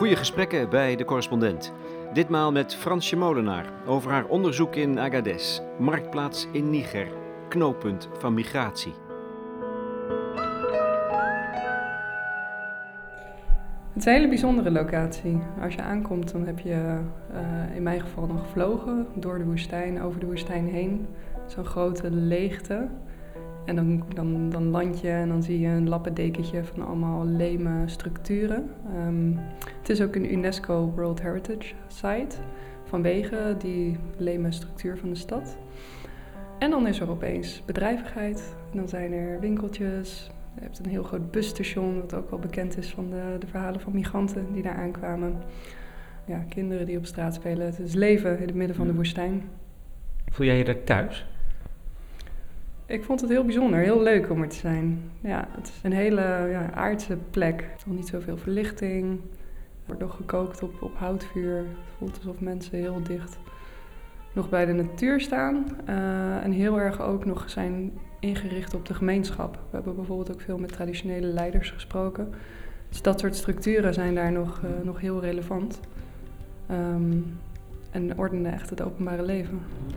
Goede gesprekken bij De Correspondent. Ditmaal met Fransje Molenaar over haar onderzoek in Agadez, marktplaats in Niger, knooppunt van migratie. Het is een hele bijzondere locatie. Als je aankomt, dan heb je in mijn geval dan gevlogen door de woestijn, over de woestijn heen. Zo'n grote leegte. En dan land je en dan zie je een lappendekentje van allemaal leme structuren. Het is ook een UNESCO World Heritage Site vanwege die leme structuur van de stad. En dan is er opeens bedrijvigheid. En dan zijn er winkeltjes. Je hebt een heel groot busstation, wat ook wel bekend is van de verhalen van migranten die daar aankwamen. Ja, kinderen die op straat spelen. Het is leven in het midden van de woestijn. Voel jij je daar thuis? Ik vond het heel bijzonder, heel leuk om er te zijn. Ja, het is een hele aardse plek. Nog niet zoveel verlichting. Er wordt nog gekookt op houtvuur. Het voelt alsof mensen heel dicht nog bij de natuur staan. En heel erg ook nog zijn ingericht op de gemeenschap. We hebben bijvoorbeeld ook veel met traditionele leiders gesproken. Dus dat soort structuren zijn daar nog heel relevant. En ordenen echt het openbare leven.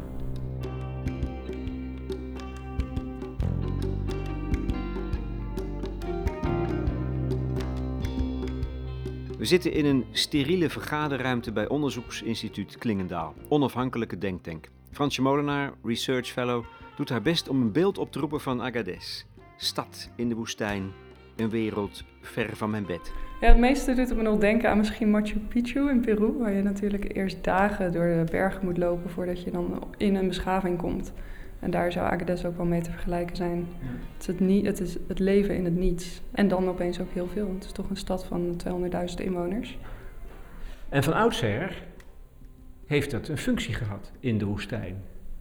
We zitten in een steriele vergaderruimte bij onderzoeksinstituut Klingendaal, onafhankelijke denktank. Fransje Molenaar, research fellow, doet haar best om een beeld op te roepen van Agadez. Stad in de woestijn, een wereld ver van mijn bed. Ja, het meeste doet het me nog denken aan misschien Machu Picchu in Peru, waar je natuurlijk eerst dagen door de bergen moet lopen voordat je dan in een beschaving komt. En daar zou Agadez ook wel mee te vergelijken zijn. Ja. Het is het leven in het niets. En dan opeens ook heel veel. Het is toch een stad van 200.000 inwoners. En van oudsher heeft dat een functie gehad in de woestijn.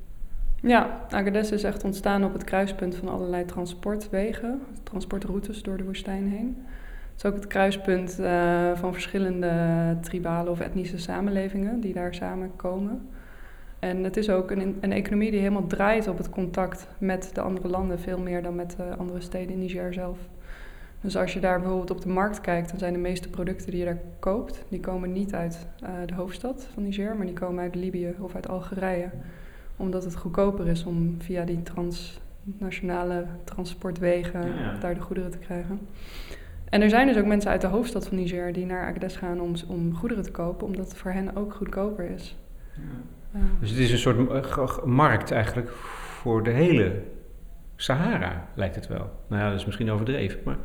Ja, Agadez is echt ontstaan op het kruispunt van allerlei transportwegen. Transportroutes door de woestijn heen. Het is ook het kruispunt van verschillende tribale of etnische samenlevingen die daar samenkomen. En het is ook een economie die helemaal draait op het contact met de andere landen, veel meer dan met de andere steden in Niger zelf. Dus als je daar bijvoorbeeld op de markt kijkt, dan zijn de meeste producten die je daar koopt, die komen niet uit de hoofdstad van Niger, maar die komen uit Libië of uit Algerije. Omdat het goedkoper is om via die transnationale transportwegen daar de goederen te krijgen. En er zijn dus ook mensen uit de hoofdstad van Niger die naar Agadez gaan om goederen te kopen, omdat het voor hen ook goedkoper is. Ja. Dus het is een soort markt eigenlijk voor de hele Sahara, lijkt het wel. Nou ja, dat is misschien overdreven, maar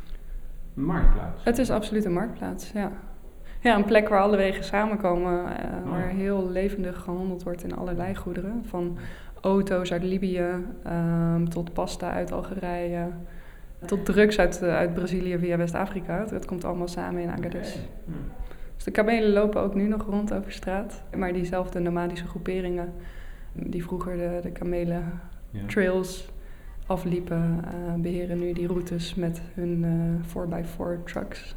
een marktplaats. Het is absoluut een marktplaats, ja. Ja, een plek waar alle wegen samenkomen, waar heel levendig gehandeld wordt in allerlei goederen. Van auto's uit Libië tot pasta uit Algerije, tot drugs uit Brazilië via West-Afrika. Het komt allemaal samen in Agadez. Okay. Dus de kamelen lopen ook nu nog rond over straat. Maar diezelfde nomadische groeperingen die vroeger de kamelen trails afliepen, beheren nu die routes met hun 4x4 trucks.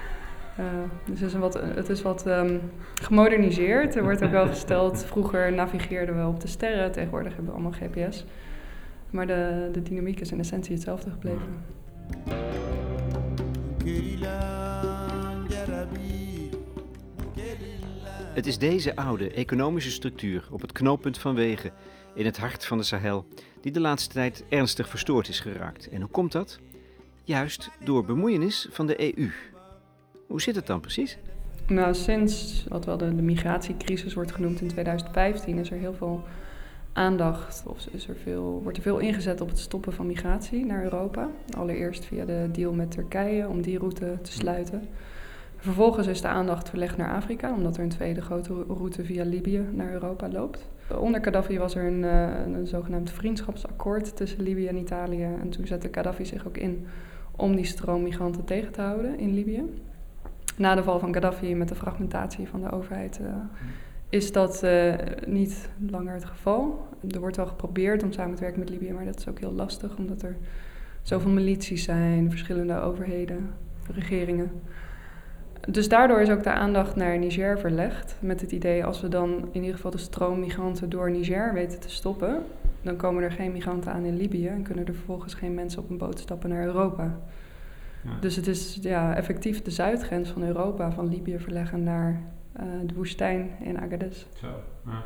Dus het is wat gemoderniseerd. Er wordt ook wel gesteld, vroeger navigeerden we op de sterren, tegenwoordig hebben we allemaal GPS. Maar de dynamiek is in essentie hetzelfde gebleven. Het is deze oude economische structuur op het knooppunt van wegen in het hart van de Sahel die de laatste tijd ernstig verstoord is geraakt. En hoe komt dat? Juist door bemoeienis van de EU. Hoe zit het dan precies? Nou, sinds wat wel de migratiecrisis wordt genoemd in 2015 is er heel veel aandacht, of wordt er veel ingezet op het stoppen van migratie naar Europa. Allereerst via de deal met Turkije om die route te sluiten. Vervolgens is de aandacht verlegd naar Afrika, omdat er een tweede grote route via Libië naar Europa loopt. Onder Gaddafi was er een zogenaamd vriendschapsakkoord tussen Libië en Italië. En toen zette Gaddafi zich ook in om die stroom migranten tegen te houden in Libië. Na de val van Gaddafi met de fragmentatie van de overheid is dat niet langer het geval. Er wordt wel geprobeerd om samen te werken met Libië, maar dat is ook heel lastig, omdat er zoveel milities zijn, verschillende overheden, regeringen. Dus daardoor is ook de aandacht naar Niger verlegd. Met het idee, als we dan in ieder geval de stroom migranten door Niger weten te stoppen, dan komen er geen migranten aan in Libië en kunnen er vervolgens geen mensen op een boot stappen naar Europa. Ja. Dus het is effectief de zuidgrens van Europa, van Libië verleggen naar de woestijn in Agadez. Zo, ja.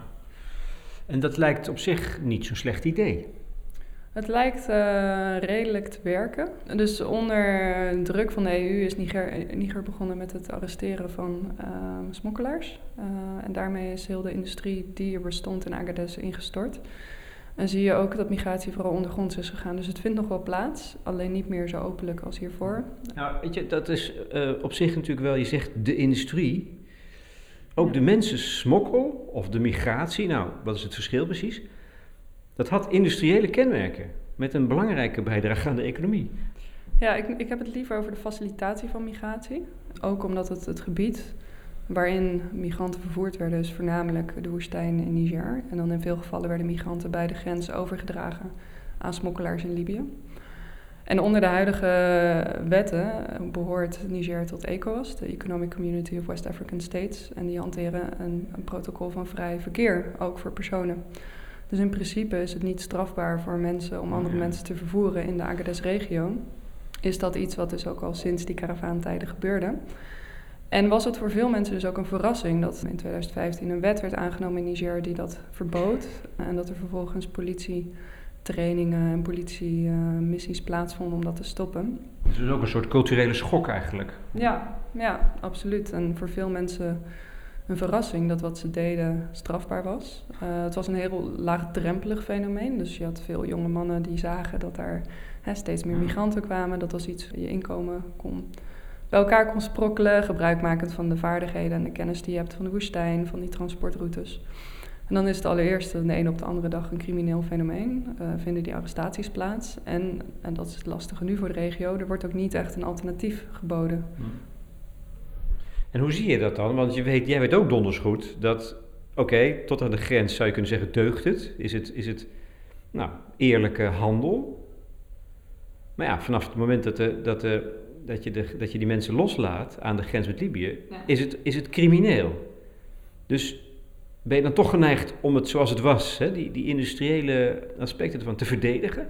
En dat lijkt op zich niet zo'n slecht idee. Het lijkt redelijk te werken. Dus onder druk van de EU is Niger begonnen met het arresteren van smokkelaars. En daarmee is heel de industrie die er bestond in Agadez ingestort. En zie je ook dat migratie vooral ondergronds is gegaan. Dus het vindt nog wel plaats, alleen niet meer zo openlijk als hiervoor. Nou, weet je, dat is op zich natuurlijk wel, je zegt de industrie. Ook de mensensmokkel of de migratie, nou, wat is het verschil precies? Dat had industriële kenmerken met een belangrijke bijdrage aan de economie. Ja, ik heb het liever over de facilitatie van migratie. Ook omdat het gebied waarin migranten vervoerd werden is voornamelijk de woestijn in Niger. En dan in veel gevallen werden migranten bij de grens overgedragen aan smokkelaars in Libië. En onder de huidige wetten behoort Niger tot ECOWAS, de Economic Community of West African States. En die hanteren een protocol van vrij verkeer, ook voor personen. Dus in principe is het niet strafbaar voor mensen om andere mensen te vervoeren in de Agadez-regio. Is dat iets wat dus ook al sinds die karavaantijden gebeurde. En was het voor veel mensen dus ook een verrassing dat in 2015 een wet werd aangenomen in Niger die dat verbood. En dat er vervolgens politietrainingen en politiemissies plaatsvonden om dat te stoppen. Dus het is ook een soort culturele schok eigenlijk. Ja, absoluut. En voor veel mensen een verrassing dat wat ze deden strafbaar was. Het was een heel laagdrempelig fenomeen. Dus je had veel jonge mannen die zagen dat daar steeds meer migranten kwamen. Dat was iets je inkomen bij elkaar kon sprokkelen. Gebruikmakend van de vaardigheden en de kennis die je hebt van de woestijn, van die transportroutes. En dan is het allereerst de ene op de andere dag een crimineel fenomeen. Vinden die arrestaties plaats. En dat is het lastige nu voor de regio. Er wordt ook niet echt een alternatief geboden. En hoe zie je dat dan? Want jij weet ook donders goed dat, tot aan de grens zou je kunnen zeggen, deugt het? Is het eerlijke handel? Maar ja, vanaf het moment dat je die mensen loslaat aan de grens met Libië, is het crimineel. Dus ben je dan toch geneigd om het zoals het was, die industriële aspecten ervan, te verdedigen?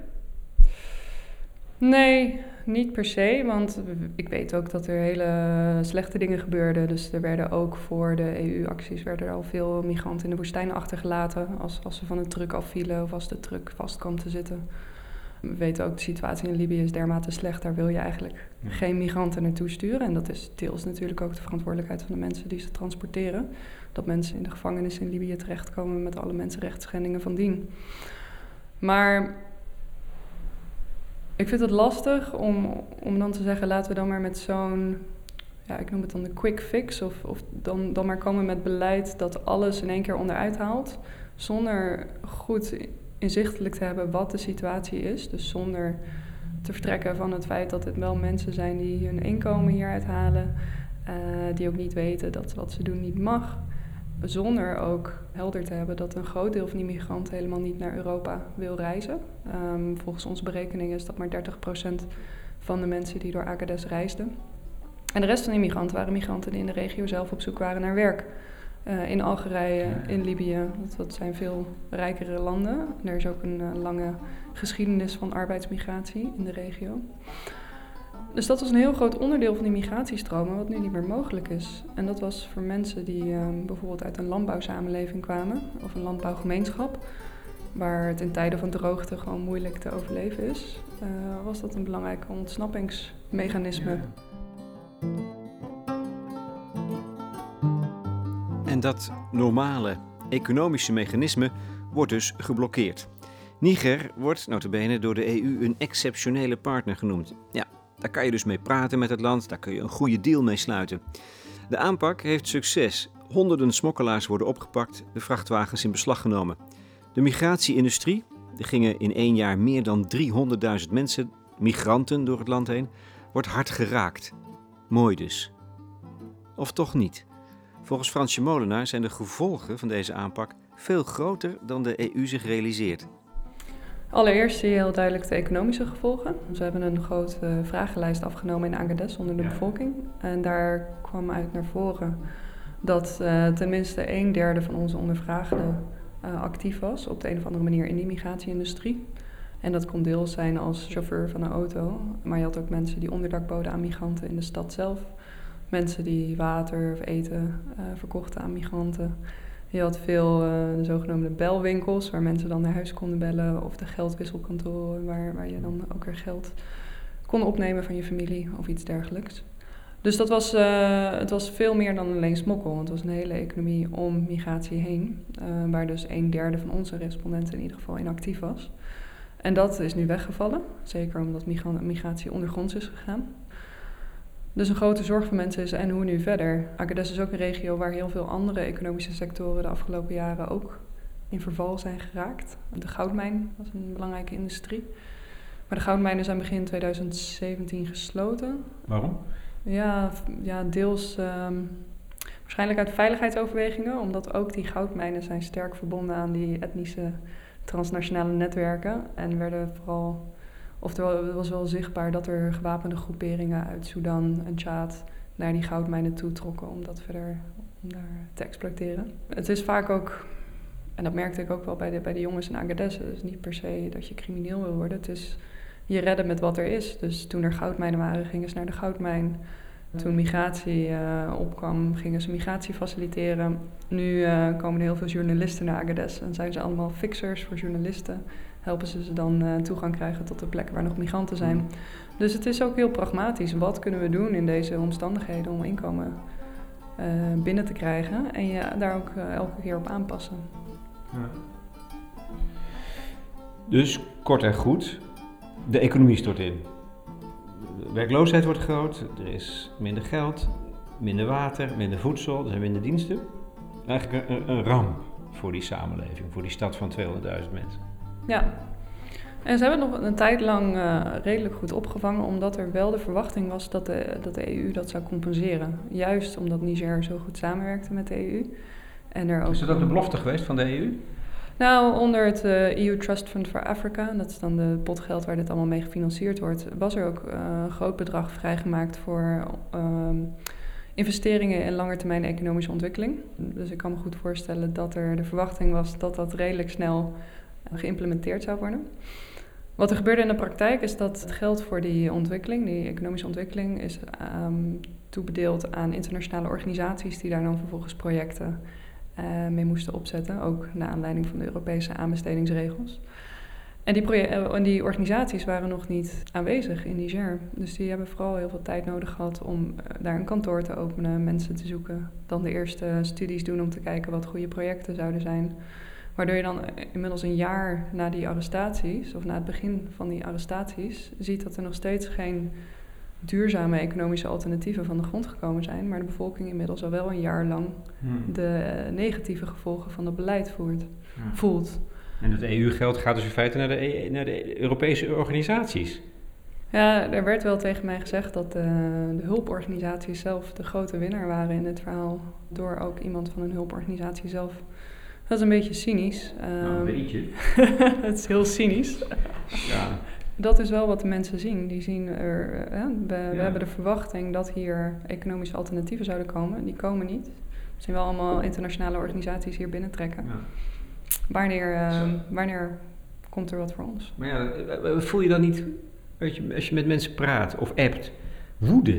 Nee, niet per se, want ik weet ook dat er hele slechte dingen gebeurden. Dus er werden ook voor de EU-acties al veel migranten in de woestijn achtergelaten als ze van de truck afvielen of als de truck vast kwam te zitten. We weten ook, de situatie in Libië is dermate slecht, daar wil je eigenlijk geen migranten naartoe sturen. En dat is deels natuurlijk ook de verantwoordelijkheid van de mensen die ze transporteren. Dat mensen in de gevangenis in Libië terechtkomen met alle mensenrechtsschendingen van dien. Maar ik vind het lastig om dan te zeggen, laten we dan maar met zo'n, ik noem het dan de quick fix, of dan maar komen met beleid dat alles in één keer onderuit haalt, zonder goed inzichtelijk te hebben wat de situatie is. Dus zonder te vertrekken van het feit dat het wel mensen zijn die hun inkomen hieruit halen, die ook niet weten dat wat ze doen niet mag. Zonder ook helder te hebben dat een groot deel van die migranten helemaal niet naar Europa wil reizen. Volgens onze berekening is dat maar 30% van de mensen die door Agadez reisden. En de rest van die migranten waren migranten die in de regio zelf op zoek waren naar werk. In Algerije, in Libië, dat zijn veel rijkere landen. Er is ook een lange geschiedenis van arbeidsmigratie in de regio. Dus dat was een heel groot onderdeel van die migratiestromen, wat nu niet meer mogelijk is. En dat was voor mensen die bijvoorbeeld uit een landbouwsamenleving kwamen, of een landbouwgemeenschap, waar het in tijden van droogte gewoon moeilijk te overleven is, was dat een belangrijk ontsnappingsmechanisme. Ja. En dat normale economische mechanisme wordt dus geblokkeerd. Niger wordt nota bene door de EU een exceptionele partner genoemd. Ja, daar kan je dus mee praten met het land, daar kun je een goede deal mee sluiten. De aanpak heeft succes. Honderden smokkelaars worden opgepakt, de vrachtwagens in beslag genomen. De migratieindustrie, er gingen in 1 jaar meer dan 300.000 mensen, migranten, door het land heen, wordt hard geraakt. Mooi dus. Of toch niet? Volgens Fransje Molenaar zijn de gevolgen van deze aanpak veel groter dan de EU zich realiseert. Allereerst zie je heel duidelijk de economische gevolgen. Ze hebben een grote vragenlijst afgenomen in Agadez onder de bevolking. En daar kwam uit naar voren dat tenminste 1/3 van onze ondervraagden actief was op de een of andere manier in de migratieindustrie. En dat kon deels zijn als chauffeur van een auto. Maar je had ook mensen die onderdak boden aan migranten in de stad zelf. Mensen die water of eten verkochten aan migranten. Je had veel de zogenaamde belwinkels, waar mensen dan naar huis konden bellen. Of de geldwisselkantoren, waar je dan ook weer geld kon opnemen van je familie of iets dergelijks. Dus het was veel meer dan alleen smokkel. Want het was een hele economie om migratie heen. Waar dus 1/3 van onze respondenten in ieder geval in actief was. En dat is nu weggevallen. Zeker omdat migratie ondergronds is gegaan. Dus een grote zorg van mensen is, en hoe nu verder? Agadez is ook een regio waar heel veel andere economische sectoren de afgelopen jaren ook in verval zijn geraakt. De goudmijn was een belangrijke industrie. Maar de goudmijnen zijn begin 2017 gesloten. Waarom? Ja, deels waarschijnlijk uit veiligheidsoverwegingen, omdat ook die goudmijnen zijn sterk verbonden aan die etnische transnationale netwerken. En werden vooral, oftewel het was wel zichtbaar dat er gewapende groeperingen uit Sudan en Tjaad naar die goudmijnen toe trokken om daar te exploiteren. Het is vaak ook, en dat merkte ik ook wel bij de jongens in Agadez, het is niet per se dat je crimineel wil worden, het is je redden met wat er is. Dus toen er goudmijnen waren, gingen ze naar de goudmijn. Toen migratie opkwam, gingen ze migratie faciliteren. Nu komen er heel veel journalisten naar Agadez en zijn ze allemaal fixers voor journalisten. Helpen ze dan toegang krijgen tot de plekken waar nog migranten zijn. Dus het is ook heel pragmatisch. Wat kunnen we doen in deze omstandigheden om inkomen binnen te krijgen en je daar ook elke keer op aanpassen. Ja. Dus kort en goed, de economie stort in. De werkloosheid wordt groot, er is minder geld, minder water, minder voedsel, er zijn minder diensten. Eigenlijk een ramp voor die samenleving, voor die stad van 200.000 mensen. Ja, en ze hebben het nog een tijd lang redelijk goed opgevangen, omdat er wel de verwachting was dat de EU dat zou compenseren. Juist omdat Niger zo goed samenwerkte met de EU. En er ook... Is dat ook de belofte geweest van de EU? Nou, onder het EU Trust Fund for Africa, dat is dan de pot geld waar dit allemaal mee gefinancierd wordt, was er ook een groot bedrag vrijgemaakt voor investeringen in langetermijn economische ontwikkeling. Dus ik kan me goed voorstellen dat er de verwachting was dat dat redelijk snel geïmplementeerd zou worden. Wat er gebeurde in de praktijk is dat het geld voor die ontwikkeling, die economische ontwikkeling, is toebedeeld aan internationale organisaties die daar dan vervolgens projecten mee moesten opzetten, ook naar aanleiding van de Europese aanbestedingsregels. En die organisaties waren nog niet aanwezig in Niger. Dus die hebben vooral heel veel tijd nodig gehad om daar een kantoor te openen, mensen te zoeken. Dan de eerste studies doen om te kijken wat goede projecten zouden zijn. Waardoor je dan inmiddels een jaar na die arrestaties, of na het begin van die arrestaties, ziet dat er nog steeds geen duurzame economische alternatieven van de grond gekomen zijn, maar de bevolking inmiddels al wel een jaar lang de negatieve gevolgen van dat beleid voelt. En het EU-geld gaat dus in feite naar de Europese organisaties? Ja, er werd wel tegen mij gezegd dat de hulporganisaties zelf de grote winnaar waren in dit verhaal, door ook iemand van een hulporganisatie zelf. Dat is een beetje cynisch. Een beetje. Het is heel cynisch. Ja. Dat is wel wat de mensen zien. Die zien we hebben de verwachting dat hier economische alternatieven zouden komen. Die komen niet. Er zijn wel allemaal internationale organisaties hier binnentrekken. Ja. Wanneer komt er wat voor ons? Maar ja, voel je dan niet, weet je, als je met mensen praat of appt, woede?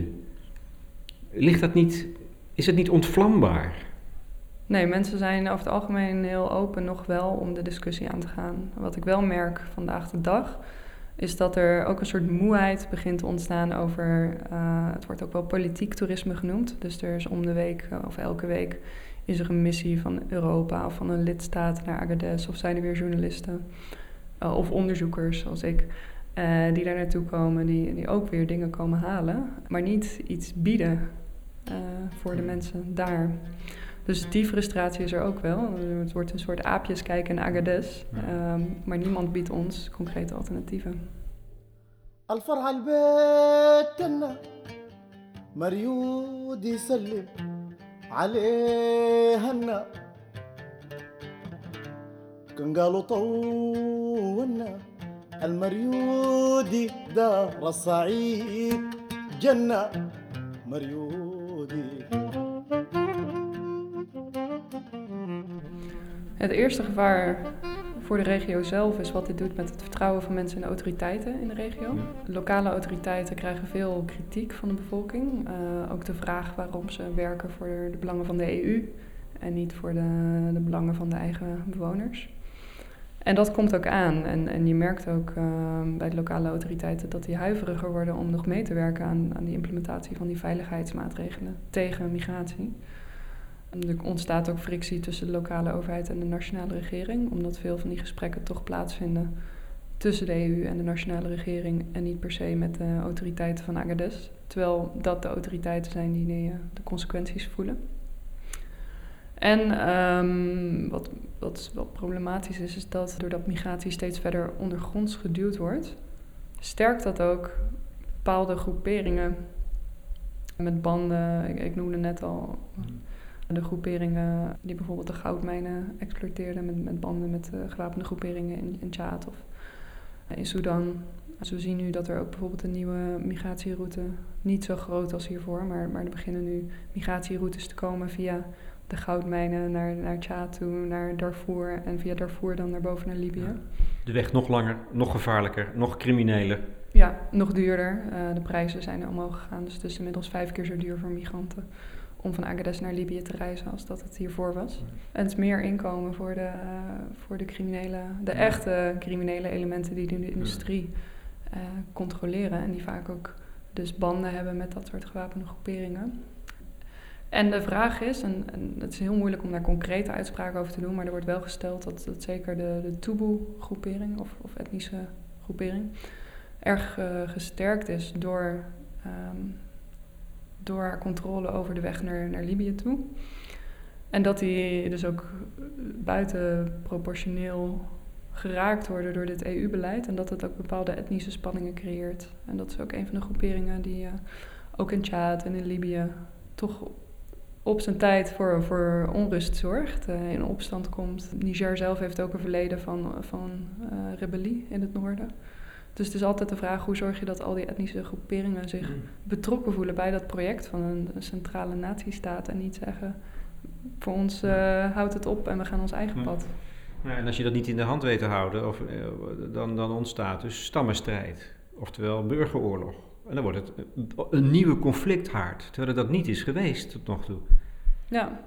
Is het niet ontvlambaar? Nee, mensen zijn over het algemeen heel open nog wel om de discussie aan te gaan. Wat ik wel merk vandaag de dag is dat er ook een soort moeheid begint te ontstaan over, het wordt ook wel politiek toerisme genoemd. Dus er is om de week of elke week is er een missie van Europa of van een lidstaat naar Agadez. Of zijn er weer journalisten of onderzoekers zoals ik, die daar naartoe komen, die ook weer dingen komen halen. Maar niet iets bieden voor de mensen daar. Dus die frustratie is er ook wel. Het wordt een soort aapjes kijken in Agadez. Maar niemand biedt ons concrete alternatieven. الفرحة البيت جنة مريود يسلم عليها النا كان قالوا طولنا المريودي دار الصعيد جنة مريودي. Het eerste gevaar voor de regio zelf is wat dit doet met het vertrouwen van mensen en de autoriteiten in de regio. Ja. Lokale autoriteiten krijgen veel kritiek van de bevolking. Ook de vraag waarom ze werken voor de belangen van de EU en niet voor de belangen van de eigen bewoners. En dat komt ook aan. En je merkt ook bij de lokale autoriteiten dat die huiveriger worden om nog mee te werken aan die implementatie van die veiligheidsmaatregelen tegen migratie. En er ontstaat ook frictie tussen de lokale overheid en de nationale regering, omdat veel van die gesprekken toch plaatsvinden tussen de EU en de nationale regering en niet per se met de autoriteiten van Agadez. Terwijl dat de autoriteiten zijn die de consequenties voelen. En wat wel problematisch is dat doordat migratie steeds verder ondergronds geduwd wordt, sterkt dat ook bepaalde groeperingen met banden. Ik noemde net al de groeperingen die bijvoorbeeld de goudmijnen exploiteerden met banden met gewapende groeperingen in Tjaad of in Sudan. Dus we zien nu dat er ook bijvoorbeeld een nieuwe migratieroute, niet zo groot als hiervoor, maar er beginnen nu migratieroutes te komen via de goudmijnen naar Tjaad toe, naar Darfur en via Darfur dan naar boven naar Libië. Ja. De weg nog langer, nog gevaarlijker, nog crimineler. Ja, nog duurder. De prijzen zijn omhoog gegaan, dus het is inmiddels 5 keer zo duur voor migranten om van Agadez naar Libië te reizen als dat het hiervoor was. En het is meer inkomen voor de criminelen, de echte criminele elementen die de industrie controleren en die vaak ook dus banden hebben met dat soort gewapende groeperingen. En de vraag is, en het is heel moeilijk om daar concrete uitspraken over te doen, maar er wordt wel gesteld dat zeker de Tubu-groepering of etnische groepering erg gesterkt is door haar controle over de weg naar Libië toe. En dat die dus ook buitenproportioneel geraakt worden door dit EU-beleid en dat het ook bepaalde etnische spanningen creëert. En dat is ook een van de groeperingen die ook in Tjaad en in Libië toch op zijn tijd voor onrust zorgt, in opstand komt. Niger zelf heeft ook een verleden van rebellie in het noorden. Dus het is altijd de vraag, hoe zorg je dat al die etnische groeperingen zich betrokken voelen bij dat project van een centrale natiestaat en niet zeggen, voor ons houdt het op en we gaan ons eigen pad. Ja, en als je dat niet in de hand weet te houden, dan ontstaat dus stammenstrijd, oftewel burgeroorlog. En dan wordt het een nieuwe conflicthaard, terwijl het dat niet is geweest tot nog toe. Ja.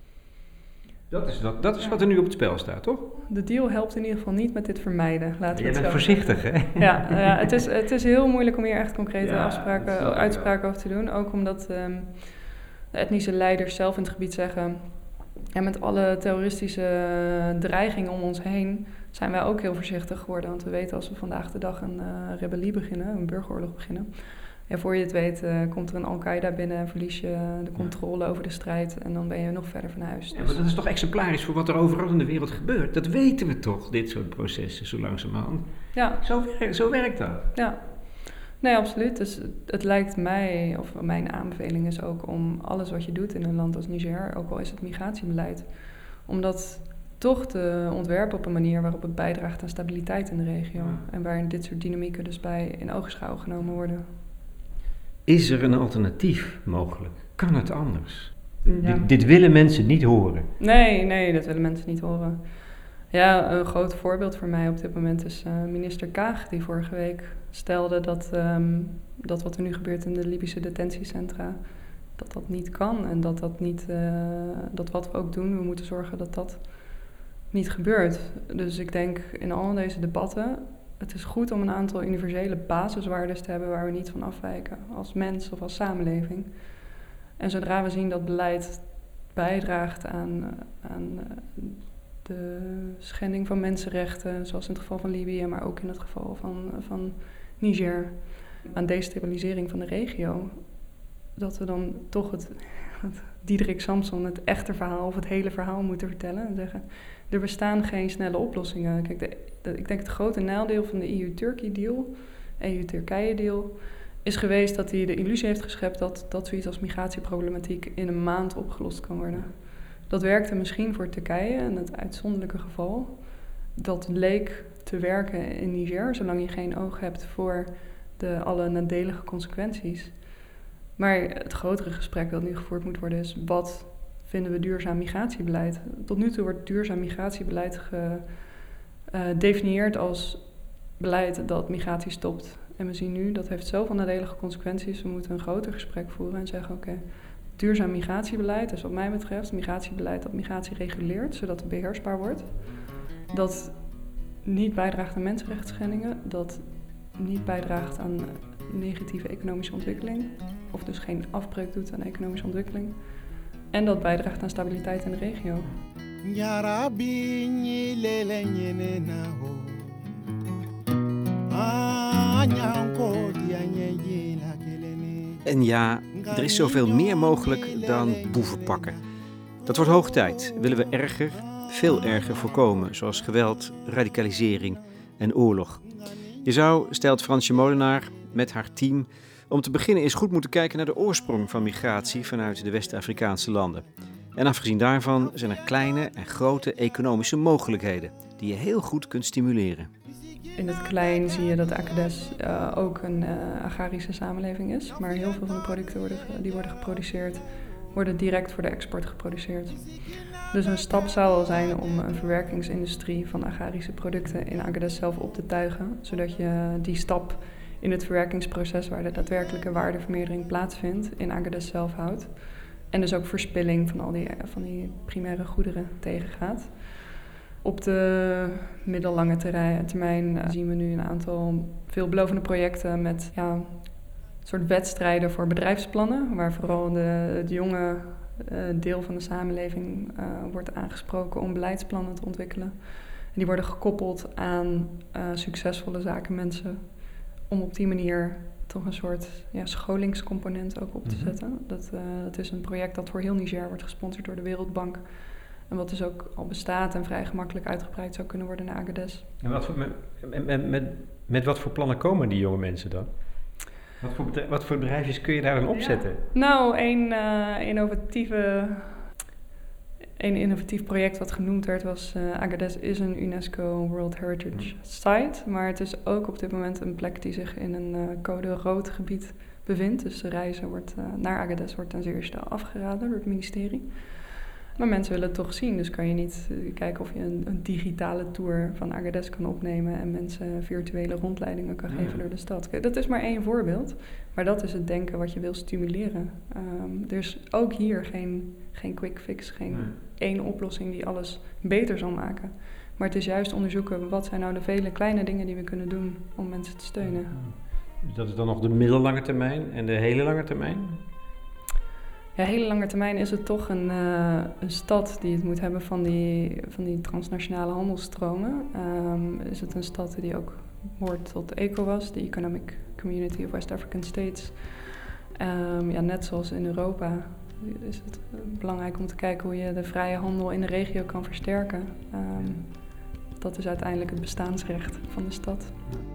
Dat is wat er nu op het spel staat, toch? De deal helpt in ieder geval niet met dit vermijden. Laten we Jij bent voorzichtig, hè? Ja, het is heel moeilijk om hier echt concrete uitspraken over te doen. Ook omdat de etnische leiders zelf in het gebied zeggen, en met alle terroristische dreigingen om ons heen zijn wij ook heel voorzichtig geworden. Want we weten als we vandaag de dag een rebellie beginnen, een burgeroorlog beginnen. Ja, voor je het weet komt er een Al-Qaeda binnen en verlies je de controle over de strijd. En dan ben je nog verder van huis. Ja, maar dat is toch exemplarisch voor wat er overal in de wereld gebeurt? Dat weten we toch, dit soort processen, zo langzamerhand. Ja. Zo werkt dat. Ja. Nee, absoluut. Dus het lijkt mij, of mijn aanbeveling is ook om alles wat je doet in een land als Niger, ook al is het migratiebeleid, om dat toch te ontwerpen op een manier waarop het bijdraagt aan stabiliteit in de regio. Ja. En waarin dit soort dynamieken dus bij in ogenschouw genomen worden. Is er een alternatief mogelijk? Kan het anders? Ja. Dit willen mensen niet horen. Nee, dat willen mensen niet horen. Ja, een groot voorbeeld voor mij op dit moment is minister Kaag, die vorige week stelde dat wat er nu gebeurt in de Libische detentiecentra, dat niet kan. En dat wat we ook doen, we moeten zorgen dat dat niet gebeurt. Dus ik denk in al deze debatten, het is goed om een aantal universele basiswaarden te hebben waar we niet van afwijken, als mens of als samenleving. En zodra we zien dat beleid bijdraagt aan de schending van mensenrechten, zoals in het geval van Libië, maar ook in het geval van Niger, aan destabilisering van de regio, dat we dan toch het Diederik Samson het echte verhaal of het hele verhaal moeten vertellen en zeggen, er bestaan geen snelle oplossingen. Kijk, ik denk het grote nadeel van de EU-Turkije-deal, EU-Turkije-deal, is geweest dat hij de illusie heeft geschept dat zoiets als migratieproblematiek in een maand opgelost kan worden. Dat werkte misschien voor Turkije in het uitzonderlijke geval. Dat leek te werken in Niger, zolang je geen oog hebt voor alle nadelige consequenties. Maar het grotere gesprek dat nu gevoerd moet worden is, wat vinden we duurzaam migratiebeleid? Tot nu toe wordt duurzaam migratiebeleid definieert als beleid dat migratie stopt. En we zien nu, dat heeft zoveel nadelige consequenties. We moeten een groter gesprek voeren en zeggen, oké, duurzaam migratiebeleid is wat mij betreft migratiebeleid dat migratie reguleert, zodat het beheersbaar wordt. Dat niet bijdraagt aan mensenrechtsschendingen, dat niet bijdraagt aan negatieve economische ontwikkeling, of dus geen afbreuk doet aan economische ontwikkeling. En dat bijdraagt aan stabiliteit in de regio. En ja, er is zoveel meer mogelijk dan boeven pakken. Dat wordt hoog tijd. Willen we erger, veel erger voorkomen, zoals geweld, radicalisering en oorlog. Je zou, stelt Fransje Molenaar met haar team, om te beginnen eens goed moeten kijken naar de oorsprong van migratie vanuit de West-Afrikaanse landen. En afgezien daarvan zijn er kleine en grote economische mogelijkheden die je heel goed kunt stimuleren. In het klein zie je dat Agadez ook een agrarische samenleving is. Maar heel veel van de producten die worden geproduceerd, worden direct voor de export geproduceerd. Dus een stap zou al zijn om een verwerkingsindustrie van agrarische producten in Agadez zelf op te tuigen. Zodat je die stap in het verwerkingsproces waar de daadwerkelijke waardevermeerdering plaatsvindt in Agadez zelf houdt. En dus ook verspilling van die primaire goederen tegengaat. Op de middellange termijn zien we nu een aantal veelbelovende projecten met een soort wedstrijden voor bedrijfsplannen, waar vooral het jonge deel van de samenleving wordt aangesproken om beleidsplannen te ontwikkelen. En die worden gekoppeld aan succesvolle zakenmensen om op die manier toch een soort scholingscomponent ook op te zetten. Dat is een project dat voor heel Niger wordt gesponsord door de Wereldbank. En wat dus ook al bestaat en vrij gemakkelijk uitgebreid zou kunnen worden naar Agadez. En met wat voor plannen komen die jonge mensen dan? Wat voor bedrijfjes kun je daar dan opzetten? Ja. Nou, een innovatief project wat genoemd werd was Agadez is een UNESCO World Heritage Site. Maar het is ook op dit moment een plek die zich in een code rood gebied bevindt. Dus de reizen naar Agadez wordt ten zeerste afgeraden door het ministerie. Maar mensen willen het toch zien, dus kan je niet kijken of je een digitale tour van Agadez kan opnemen en mensen virtuele rondleidingen kan geven door de stad. Dat is maar één voorbeeld, maar dat is het denken wat je wil stimuleren. Er is ook hier geen quick fix, geen één oplossing die alles beter zal maken. Maar het is juist onderzoeken, wat zijn nou de vele kleine dingen die we kunnen doen om mensen te steunen. Dus dat is dan nog de middellange termijn en de hele lange termijn? Ja, hele lange termijn is het toch een stad die het moet hebben van die transnationale handelsstromen. Is het een stad die ook hoort tot ECOWAS, de Economic Community of West African States. Net zoals in Europa is het belangrijk om te kijken hoe je de vrije handel in de regio kan versterken. Dat is uiteindelijk het bestaansrecht van de stad.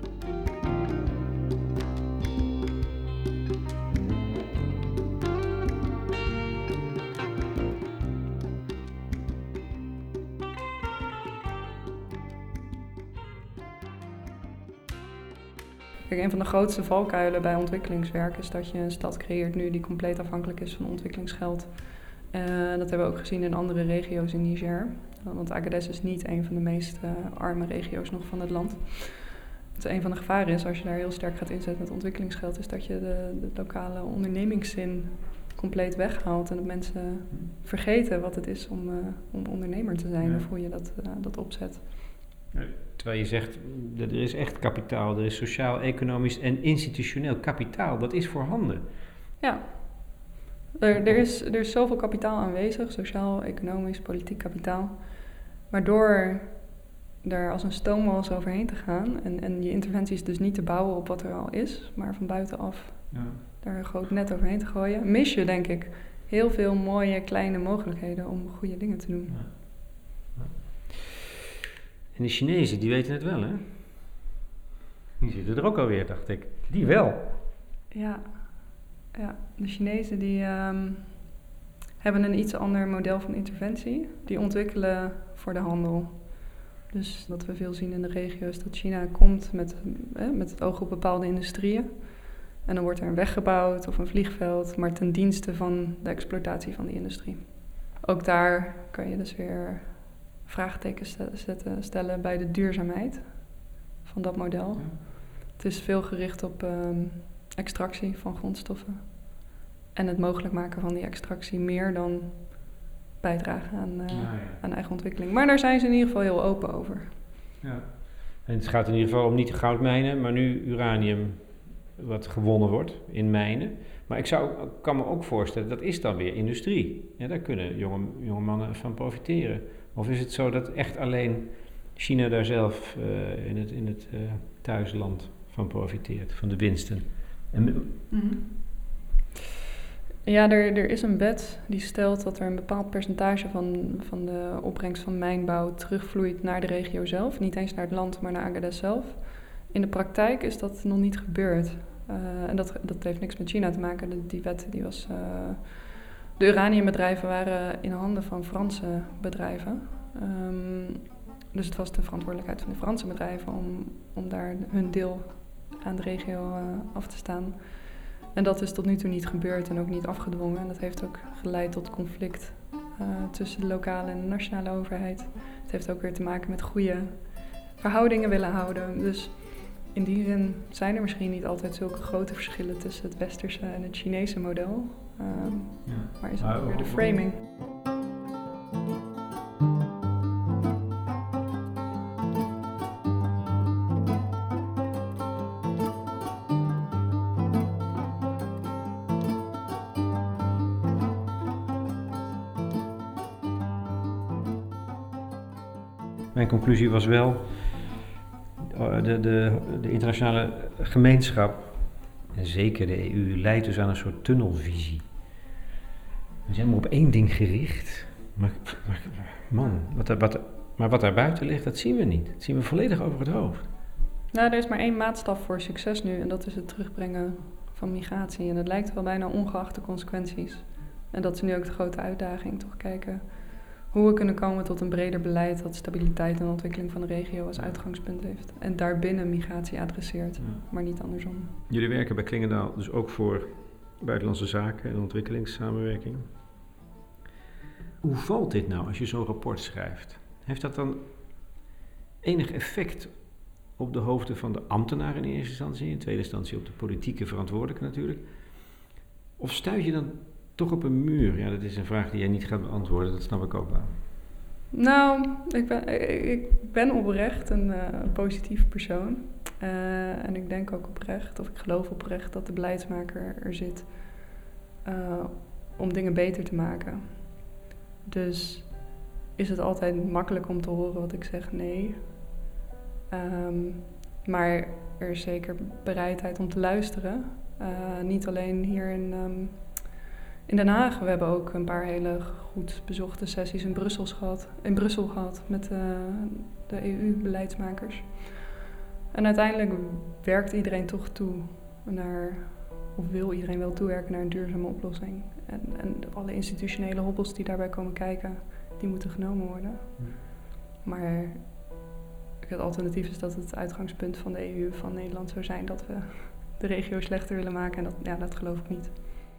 Kijk, een van de grootste valkuilen bij ontwikkelingswerk is dat je een stad creëert nu die compleet afhankelijk is van ontwikkelingsgeld. Dat hebben we ook gezien in andere regio's in Niger. Want Agadez is niet een van de meest arme regio's nog van het land. Dus een van de gevaren is, als je daar heel sterk gaat inzetten met ontwikkelingsgeld, is dat je de lokale ondernemingszin compleet weghaalt. En dat mensen vergeten wat het is om ondernemer te zijn of hoe je dat opzet. Terwijl je zegt, er is echt kapitaal, er is sociaal, economisch en institutioneel kapitaal. Dat is voorhanden. Ja, er is zoveel kapitaal aanwezig, sociaal, economisch, politiek kapitaal. Maar door daar als een stoomwals overheen te gaan en je interventies dus niet te bouwen op wat er al is, maar van buitenaf daar een groot net overheen te gooien, mis je denk ik heel veel mooie kleine mogelijkheden om goede dingen te doen. Ja. En de Chinezen, die weten het wel, hè? Die zitten er ook alweer, dacht ik. Die wel. Ja, de Chinezen die hebben een iets ander model van interventie. Die ontwikkelen voor de handel. Dus wat we veel zien in de regio is dat China komt met het oog op bepaalde industrieën. En dan wordt er een weg gebouwd of een vliegveld, maar ten dienste van de exploitatie van die industrie. Ook daar kan je dus weer vraagtekens stellen bij de duurzaamheid van dat model. Ja. Het is veel gericht op extractie van grondstoffen. En het mogelijk maken van die extractie meer dan bijdragen aan eigen ontwikkeling. Maar daar zijn ze in ieder geval heel open over. Ja. En het gaat in ieder geval om niet de goudmijnen, maar nu uranium wat gewonnen wordt in mijnen. Maar ik kan me ook voorstellen, dat is dan weer industrie. Ja, daar kunnen jonge mannen van profiteren. Of is het zo dat echt alleen China daar zelf in het thuisland van profiteert, van de winsten? Ja, er is een wet die stelt dat er een bepaald percentage van de opbrengst van mijnbouw terugvloeit naar de regio zelf. Niet eens naar het land, maar naar Agadez zelf. In de praktijk is dat nog niet gebeurd. En dat heeft niks met China te maken. Die wet die was... de uraniumbedrijven waren in handen van Franse bedrijven. Dus het was de verantwoordelijkheid van de Franse bedrijven om daar hun deel aan de regio af te staan. En dat is tot nu toe niet gebeurd en ook niet afgedwongen. En dat heeft ook geleid tot conflict tussen de lokale en de nationale overheid. Het heeft ook weer te maken met goede verhoudingen willen houden. Dus in die zin zijn er misschien niet altijd zulke grote verschillen tussen het westerse en het Chinese model. Maar is het ook weer de framing. Mijn conclusie was wel, de internationale gemeenschap, en zeker de EU, leidt dus aan een soort tunnelvisie. We zijn maar op één ding gericht, maar wat daar buiten ligt, dat zien we niet. Dat zien we volledig over het hoofd. Nou, er is maar één maatstaf voor succes nu en dat is het terugbrengen van migratie. En dat lijkt wel bijna ongeacht de consequenties. En dat is nu ook de grote uitdaging, toch kijken hoe we kunnen komen tot een breder beleid dat stabiliteit en ontwikkeling van de regio als uitgangspunt heeft. En daarbinnen migratie adresseert, maar niet andersom. Jullie werken bij Klingendaal dus ook voor buitenlandse zaken en ontwikkelingssamenwerking. Hoe valt dit nou als je zo'n rapport schrijft? Heeft dat dan enig effect op de hoofden van de ambtenaren in eerste instantie, in tweede instantie op de politieke verantwoordelijken natuurlijk? Of stuit je dan toch op een muur? Ja, dat is een vraag die jij niet gaat beantwoorden, dat snap ik ook wel. Nou, ik ben oprecht een positief persoon. En ik denk ook oprecht, of ik geloof oprecht, dat de beleidsmaker er zit om dingen beter te maken. Dus is het altijd makkelijk om te horen wat ik zeg? Nee. Maar er is zeker bereidheid om te luisteren. Niet alleen hier in Den Haag. We hebben ook een paar hele goed bezochte sessies in Brussel gehad met de EU-beleidsmakers. En uiteindelijk werkt iedereen toch toe naar, of wil iedereen wel toewerken naar een duurzame oplossing. En alle institutionele hobbels die daarbij komen kijken, die moeten genomen worden. Maar het alternatief is dat het uitgangspunt van de EU, van Nederland zou zijn dat we de regio slechter willen maken. En dat geloof ik niet.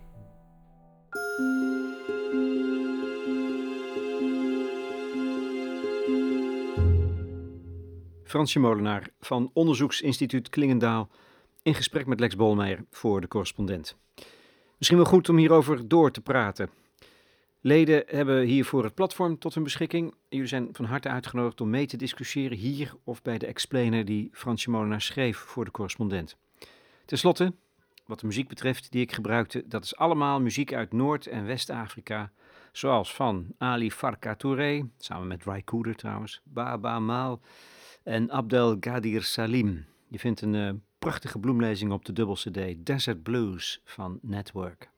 Fransje Molenaar van Onderzoeksinstituut Klingendaal in gesprek met Lex Bolmeijer voor De Correspondent. Misschien wel goed om hierover door te praten. Leden hebben hiervoor het platform tot hun beschikking. Jullie zijn van harte uitgenodigd om mee te discussiëren hier of bij de explainer die Fransje Molenaar schreef voor De Correspondent. Ten slotte, wat de muziek betreft die ik gebruikte, dat is allemaal muziek uit Noord- en West-Afrika, zoals van Ali Farka Touré, samen met Ry Cooder trouwens, Baba Maal en Abdelgadir Salim. Je vindt een prachtige bloemlezing op de dubbel-cd Desert Blues van Network.